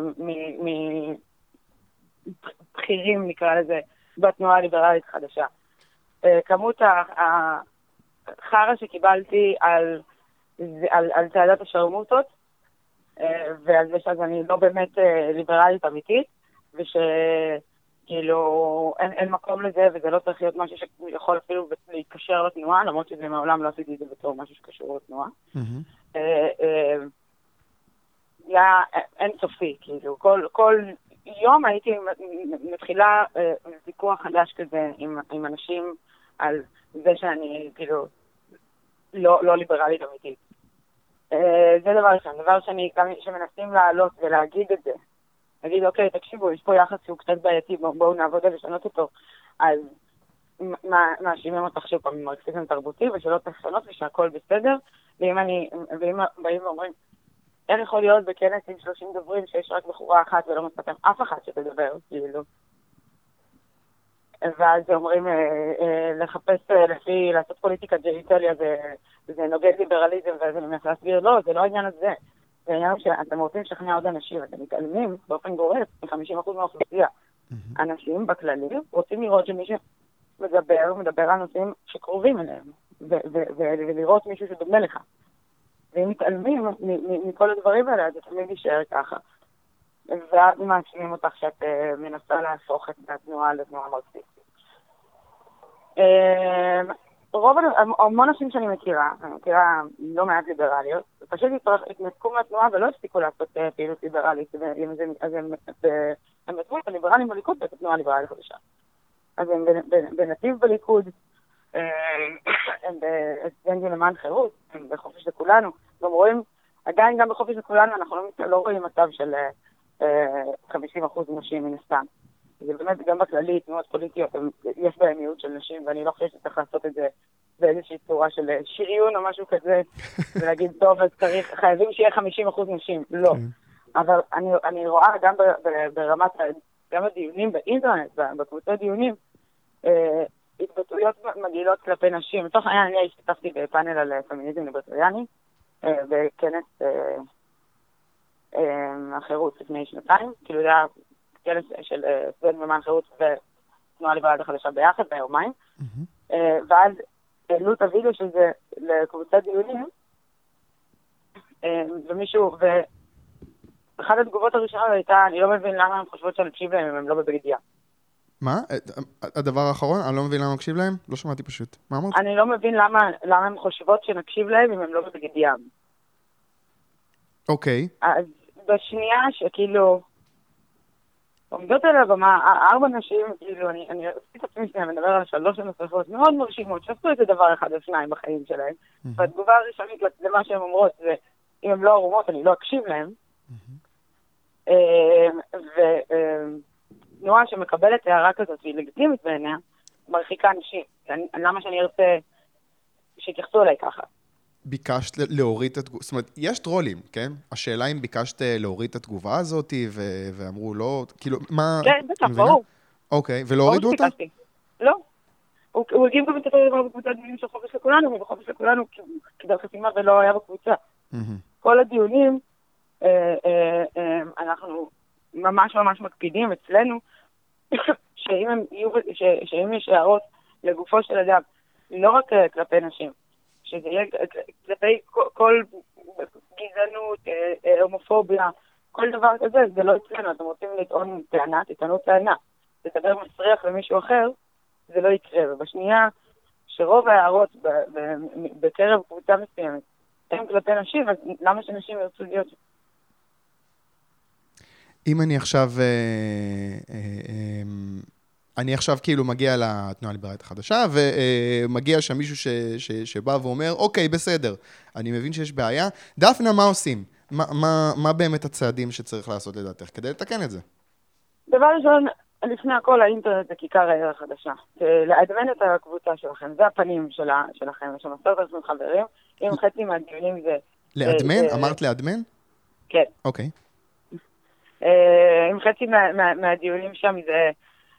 מבחירים, נקרא לזה, בתנועה הליברלית חדשה. כמות החרא שקיבלתי על, על, על צעדת השרמוטות, ועל זה שאני לא באמת ליברלית אמיתית, ושכאילו אין, אין מקום לזה, וזה לא צריך להיות משהו שיכול אפילו להתקשר לתנועה, למרות שזה מעולם לא עשיתי את זה בתור משהו שקשור לתנועה. היה אין סופי, כאילו, כל, כל יום הייתי מתחילה ויכוח חדש כזה עם, עם אנשים על זה שאני, כאילו, לא, לא ליברלית אמיתית. זה דבר ראשון. דבר שני, גם שמנסים לעלות ולהגיד את זה, להגיד, אוקיי, תקשיבו, יש פה יחס שהוא קצת בעייתי, בואו נעבוד על לשנות אותו, אז מאשימים אותך שוב פעם מרקסיזם תרבותי, ושלא תחסונות ושהכל בסדר, ואם אני, ואם באים ואומרים, איך יכול להיות בכנס עם שלושים דוברים שיש רק בחורה אחת ולא מספתם אף אחת שתדבר, כאילו. ואז אומרים לחפש לפי, לעשות פוליטיקה ג'יטליה זה נוגד ליברליזם, ואז אני מנסה להסביר, לא, זה לא העניין הזה. זה העניין שאתם רוצים לשכנע עוד אנשים, אתם מתעלמים באופן גורף מ-חמישים אחוז מהאוכלוסייה. אנשים בכללי רוצים לראות שמי שמדבר, מדבר על נושאים שקרובים אליהם, ולראות מישהו שדומה לך. ואם מתעלמים מכל הדברים האלה, אז זה תמיד יישאר ככה. ואז מאשימים אותך שאת מנסה להפוך את התנועה לתנועה מרקסיסטית. רוב, המון אנשים שאני מכירה, אני מכירה לא מעט ליברליות, פשוט התנתקו מהתנועה ולא הפסיקו לעשות פעילות ליברלית, אז הם נתנו את הליברלים בליכוד ואת התנועה הליברלית חדשה. אז הם בנתיב בליכוד, הם בסטודנטים למען חירות, הם בחופש לכולנו, גם רואים, עדיין גם בחופש לכולנו אנחנו לא רואים מצב של חמישים אחוז נשים מן הסתם. זה באמת גם בכללי, תנועות פוליטיות, יש בהם מיעוט של נשים, ואני לא חושבת שצריך לעשות את זה באיזושהי צורה של שריון או משהו כזה, ולהגיד, טוב, אז צריך, חייבים שיהיה חמישים אחוז נשים. לא. אבל אני, אני רואה גם ברמת, גם הדיונים באינטרנט, בקבוצות דיונים, התבטאויות מגעילות כלפי נשים. לתוך העניין, אני השתתפתי בפאנל על פמיניזם ליברטריאני, בכנס החירות לפני שנתיים, כאילו זה היה כנס של סטודנטים למען חירות ותנועה ליברלית החדשה ביחד, ביומיים, ואז העלו את הוידאו של זה לקבוצת דיונים, ומישהו, ואחת התגובות הראשונות הייתה, אני לא מבין למה הם חושבות שאני אקשיב להם אם הם לא בבגדיה. מה? הדבר האחרון? אני לא מבין למה מקשיב להם? לא שמעתי פשוט. מה אמרת? אני לא מבין למה, למה הם חושבות שנקשיב להם אם הם לא בבגדיה. אוקיי. אז בשנייה שכאילו, עומדות על הבמה, ארבע נשים, כאילו, אני, אני עשיתי את עצמי שנייה, מדבר על שלוש הנוספות מאוד מרשימות, שעשו איזה דבר אחד או שניים בחיים שלהם, והתגובה הראשונית למה שהן אומרות, זה, אם הן לא ערומות, אני לא אקשיב להן, ותנועה שמקבלת הערה כזאת, והיא לגיטימית בעיניה, מרחיקה נשים. למה שאני ארצה שיתייחסו אליי ככה? ביקשת להוריד את התגובה, זאת אומרת, יש טרולים, כן? השאלה אם ביקשת להוריד את התגובה הזאת, ואמרו לא, כאילו, מה... כן, בטח, ברור. אוקיי, ולא הורידו אותה? לא. הוא הגיב גם את אותו דבר בקבוצת דיונים של חופש לכולנו, ובחופש לכולנו כדאי חסימה ולא היה בקבוצה. כל הדיונים, אנחנו ממש ממש מקפידים אצלנו, שאם יש הערות לגופו של אדם, לא רק כלפי נשים, שזה יהיה כלפי כל גזענות, הומופוביה, כל דבר כזה, זה לא אצלנו. אתם רוצים לטעון טענה, תטענו טענה. תדבר מסריח למישהו אחר, זה לא יקרה. ובשנייה, שרוב ההערות בקרב קבוצה מסוימת הם כלפי נשים, אז למה שנשים ירצו להיות? אם אני עכשיו... אני עכשיו כאילו מגיע לתנועה הליברלית החדשה, ומגיע שם מישהו ש, ש, שבא ואומר, אוקיי, בסדר, אני מבין שיש בעיה. דפנה, מה עושים? מה, מה, מה באמת הצעדים שצריך לעשות לדעתך כדי לתקן את זה? דבר ראשון, לפני הכל, האינטרנט זה כיכר העיר החדשה. לאדמן את הקבוצה שלכם, זה הפנים שלה, שלכם, יש שם עשרת אלפים חברים, אם חצי מהדיונים זה... לאדמן? אמרת לאדמן? כן. אוקיי. עם חצי מה, מה, מהדיונים שם זה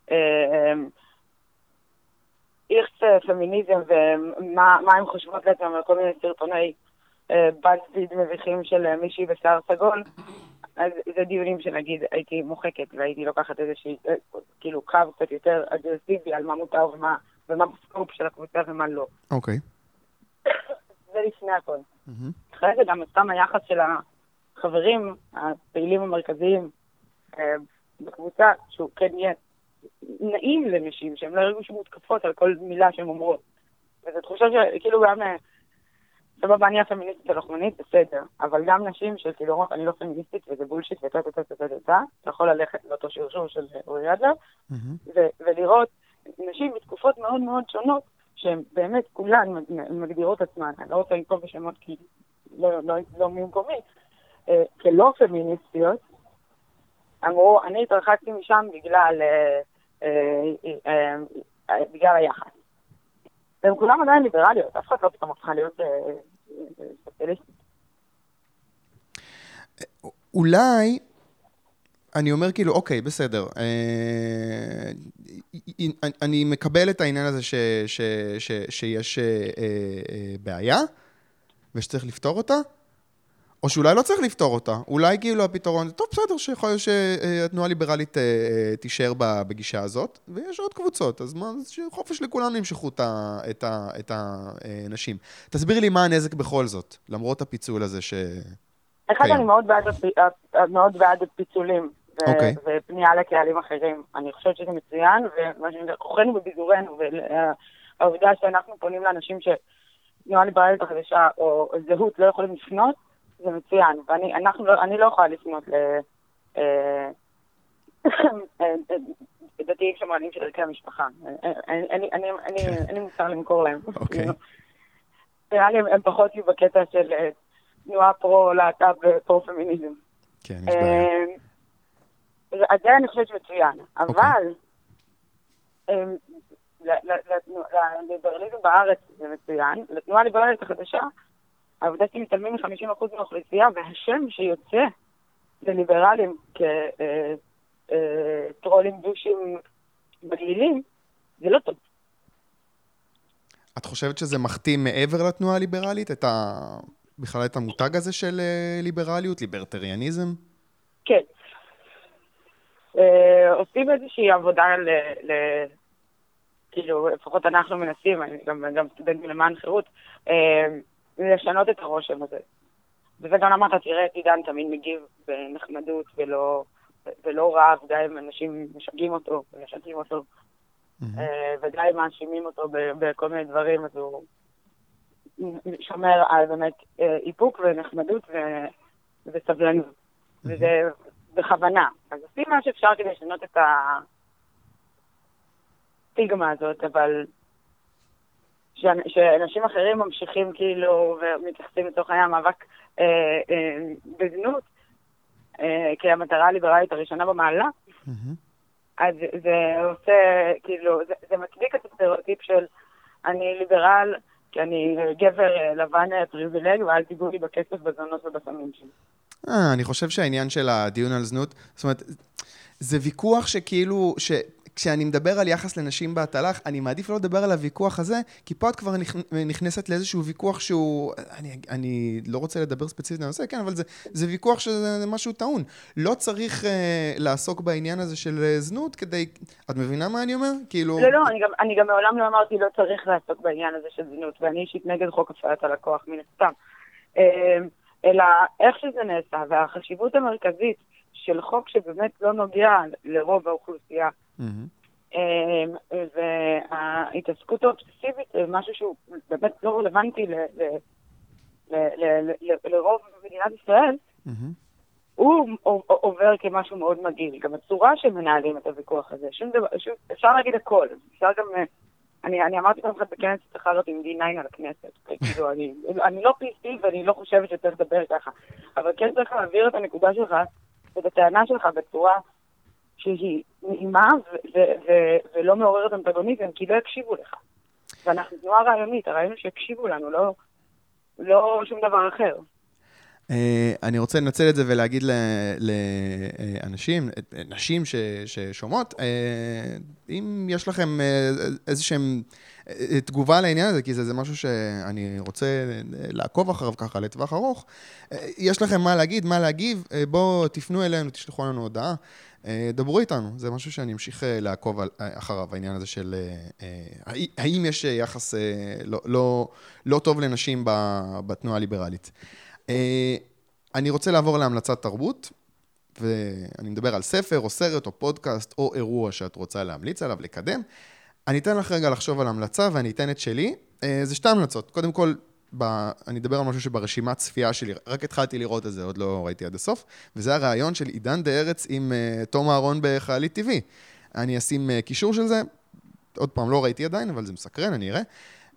איכס פמיניזם ומה מה הם חושבות לעצמם על כל מיני סרטוני בזפיד מביכים של מישהי בשיער סגול. אז זה דיונים שנגיד הייתי מוחקת והייתי לוקחת איזושהי, כאילו קו קצת יותר אגרסיבי על מה מותר ומה, ומה בסקופ של הקבוצה ומה לא. אוקיי. זה לפני הכל. אחרי זה גם סתם היחס של החברים, הפעילים המרכזיים בקבוצה, שהוא כן יהיה נעים לנשים, שהם לא ירגשו מותקפות על כל מילה שהן אומרות. וזו תחושה שכאילו גם סבבה, אני הפמיניסטית הלוחמנית, בסדר, אבל גם נשים של כאילו, אני לא פמיניסטית וזה בולשיט ותת תת תת תת תת, אתה יכול ללכת לאותו שרשור של אורי אדלר, ולראות נשים בתקופות מאוד מאוד שונות, שהן באמת כולן מגדירות עצמן, אני לא רוצה לנקוב בשמות כי לא ממקומי, כלא פמיניסטיות, אמרו, אני התרחקתי משם בגלל בגלל היחס. והם כולם עדיין ליברליות, אף אחד לא פתאום הפכה להיות סוציאליסטית. אולי, אני אומר כאילו, אוקיי, בסדר, אני מקבל את העניין הזה שיש בעיה, ושצריך לפתור אותה, או שאולי לא צריך לפתור אותה, אולי כאילו הפתרון, טוב, בסדר, שיכול להיות שהתנועה הליברלית תישאר בגישה הזאת, ויש עוד קבוצות, אז מה, חופש לכולנו ימשכו את האנשים. תסביר לי מה הנזק בכל זאת, למרות הפיצול הזה ש... אחד, אני מאוד בעד פיצולים, ופנייה לקהלים אחרים. אני חושבת שזה מצוין, וכוחנו בביזורנו, והעובדה שאנחנו פונים לאנשים שתנועה ליברלית החדשה, או זהות, לא יכולים לפנות, זה מצוין, ואני אנחנו לא, אני לא יכולה לפנות לדתיים שמרנים של ערכי המשפחה. אני מוצר למכור להם. אוקיי. נראה לי הם פחות יהיו בקטע של תנועה פרו-להט"ב ופרו-פמיניזם. כן, יש בעיה. אז זה אני חושבת מצוין, אבל לליברליזם בארץ זה מצוין, לתנועה ליברלית החדשה, העובדה שמתעלמים מ-חמישים אחוז מהאוכלוסייה, והשם שיוצא לליברלים כטרולים דושים מגלילים, זה לא טוב. את חושבת שזה מחתים מעבר לתנועה הליברלית? את ה... בכלל את המותג הזה של ליברליות, ליברטריאניזם? כן. עושים איזושהי עבודה ל... כאילו, לפחות אנחנו מנסים, גם סטודנטים למען חירות, לשנות את הרושם הזה. וזה גם אמרת, תראה, עידן תמיד מגיב בנחמדות ולא, ולא רב, די אם אנשים משגעים אותו ומשגעים אותו, ודי אם מאשימים אותו בכל מיני דברים, אז הוא שומר על באמת איפוק ונחמדות וסבלנות. וזה בכוונה. אז עושים מה שאפשר כדי לשנות את הסטיגמה הזאת, אבל שאנשים אחרים ממשיכים כאילו ומתייחסים לתוך היה מאבק אה, אה, בזנות, אה, כי המטרה הליברלית הראשונה במעלה, mm-hmm. אז זה עושה, כאילו, זה, זה מצדיק את הסטריאוטיפ של אני ליברל, כי אני גבר לבן פריבילג, ואל תיגעו לי בכסף, בזונות ובסמים שלי. אה, אני חושב שהעניין של הדיון על זנות, זאת אומרת, זה ויכוח שכאילו, ש... כשאני מדבר על יחס לנשים בהתהלך, אני מעדיף לא לדבר על הוויכוח הזה, כי פה את כבר נכנסת לאיזשהו ויכוח שהוא, אני, אני לא רוצה לדבר ספציפית לנושא, כן, אבל זה, זה ויכוח שזה משהו טעון. לא צריך uh, לעסוק בעניין הזה של זנות כדי, את מבינה מה אני אומר? כאילו... לא, לא, אני גם, אני גם מעולם לא אמרתי לא צריך לעסוק בעניין הזה של זנות, ואני אישית נגד חוק הפעלת הלקוח מן הסתם. אלא איך שזה נעשה, והחשיבות המרכזית של חוק שבאמת לא נוגע לרוב האוכלוסייה, וההתעסקות האובססיבית זה משהו שהוא באמת לא רלוונטי לרוב מדינת ישראל, הוא עובר כמשהו מאוד מגעיל. גם הצורה שמנהלים את הוויכוח הזה, אפשר להגיד הכל. אפשר גם, אני אמרתי פעם אחת בכנס צריכה להיות עם די ניין על הכנסת. אני לא פי סי ואני לא חושבת שצריך לדבר ככה, אבל כן צריך להעביר את הנקודה שלך ואת הטענה שלך בצורה שהיא נעימה ולא מעוררת אנטגוניזם, כי לא הקשיבו לך. ואנחנו תנועה רעיונית, הרעיון הוא שהקשיבו לנו, לא שום דבר אחר. אני רוצה לנצל את זה ולהגיד לאנשים, נשים ששומעות, אם יש לכם איזשהם תגובה לעניין הזה, כי זה, זה משהו שאני רוצה לעקוב אחריו ככה לטווח ארוך, יש לכם מה להגיד, מה להגיב, בואו תפנו אלינו, תשלחו לנו הודעה, דברו איתנו, זה משהו שאני אמשיך לעקוב אחריו, העניין הזה של האם יש יחס לא, לא, לא טוב לנשים בתנועה הליברלית. אני רוצה לעבור להמלצת תרבות, ואני מדבר על ספר או סרט או פודקאסט או אירוע שאת רוצה להמליץ עליו, לקדם. אני אתן לך רגע לחשוב על המלצה ואני אתן את שלי. זה שתי המלצות. קודם כל, אני אדבר על משהו שברשימת צפייה שלי, רק התחלתי לראות את זה, עוד לא ראיתי עד הסוף, וזה הרעיון של עידן דה ארץ עם תום אהרון בחיילי טבעי. אני אשים קישור של זה, עוד פעם לא ראיתי עדיין, אבל זה מסקרן, אני אראה.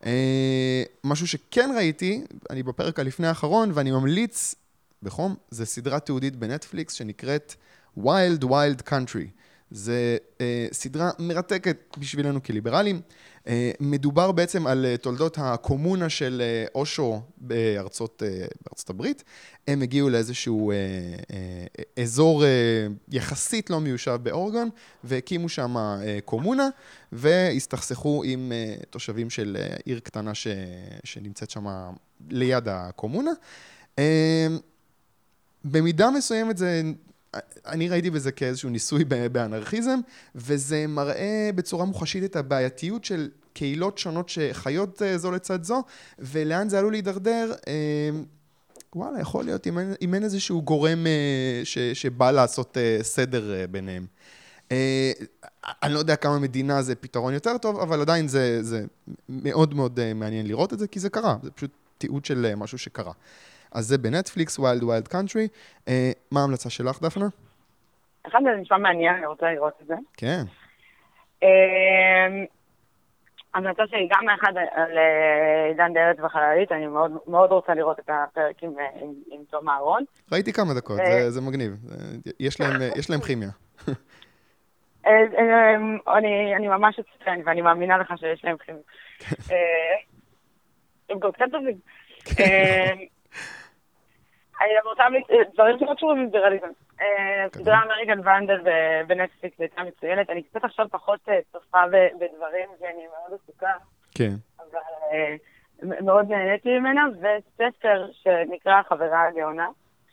משהו שכן ראיתי, אני בפרק הלפני האחרון, ואני ממליץ בחום, זה סדרה תיעודית בנטפליקס שנקראת Wild Wild Country. זה אה, סדרה מרתקת בשבילנו כליברלים. אה, מדובר בעצם על אה, תולדות הקומונה של אה, אושו בארצות, אה, בארצות הברית. הם הגיעו לאיזשהו אה, אה, אזור אה, יחסית לא מיושב באורגון, והקימו שם אה, קומונה, והסתכסכו עם אה, תושבים של אה, עיר קטנה ש, שנמצאת שם ליד הקומונה. אה, במידה מסוימת זה... אני ראיתי בזה כאיזשהו ניסוי באנרכיזם, וזה מראה בצורה מוחשית את הבעייתיות של קהילות שונות שחיות זו לצד זו, ולאן זה עלול להידרדר, וואלה, יכול להיות אם אין, אם אין איזשהו גורם ש, שבא לעשות סדר ביניהם. אני לא יודע כמה מדינה זה פתרון יותר טוב, אבל עדיין זה, זה מאוד מאוד מעניין לראות את זה, כי זה קרה, זה פשוט תיעוד של משהו שקרה. אז זה בנטפליקס, Wild Wild Country. אה, מה ההמלצה שלך, דפנה? אחד, זה נשמע מעניין, אני רוצה לראות את זה. כן. אה, ההמלצה שלי גם מאחד על עידן דה ארץ וחללית, אני מאוד, מאוד רוצה לראות את הפרק עם, עם, עם תום אהרון. ראיתי כמה דקות, אה... זה, זה מגניב. יש להם, יש להם כימיה. אה, אה, אני, אני ממש אצטרן, ואני מאמינה לך שיש להם כימיה. אה, הם גם קצת טובים. אה, אני רוצה דברים שלא קשורים ליברליזם. סדרה אמריקן ונדל בנטפליקס הייתה מצוינת. אני קצת עכשיו פחות צופה בדברים ואני מאוד עסוקה. כן. אבל מאוד נהניתי ממנה, וספר שנקרא החברה הגאונה,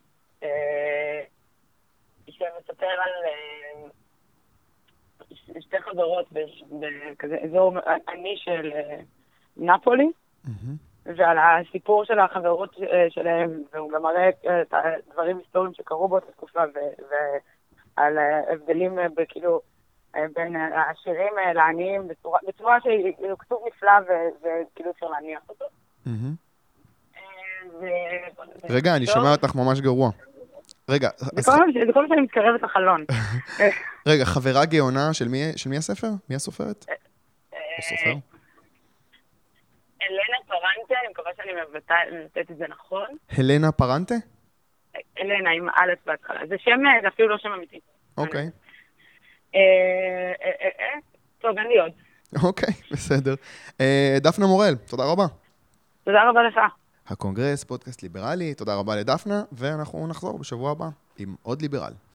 שמספר על שתי חברות בכזה אזור עני של נפולי. ועל הסיפור של החברות שלהם, והוא גם מראה את הדברים היסטוריים שקרו באותה תקופה, ועל הבדלים כאילו בין העשירים לעניים, בצורה שהיא כתוב נפלא, וכאילו אפשר להניח אותו. רגע, אני שומע אותך ממש גרוע. רגע. זה כל מה שאני מתקרבת לחלון. רגע, חברה גאונה, של מי הספר? מי הסופרת? או סופר? אלנה פרנטה, אני מקווה שאני מבטאת את זה נכון. הלנה פרנטה? אלנה, עם א' בהתחלה. זה שם, זה אפילו לא שם אמיתי. אוקיי. טוב, אין לי עוד. אוקיי, בסדר. דפנה מורל, תודה רבה. תודה רבה לך. הקונגרס, פודקאסט ליברלי, תודה רבה לדפנה, ואנחנו נחזור בשבוע הבא עם עוד ליברל.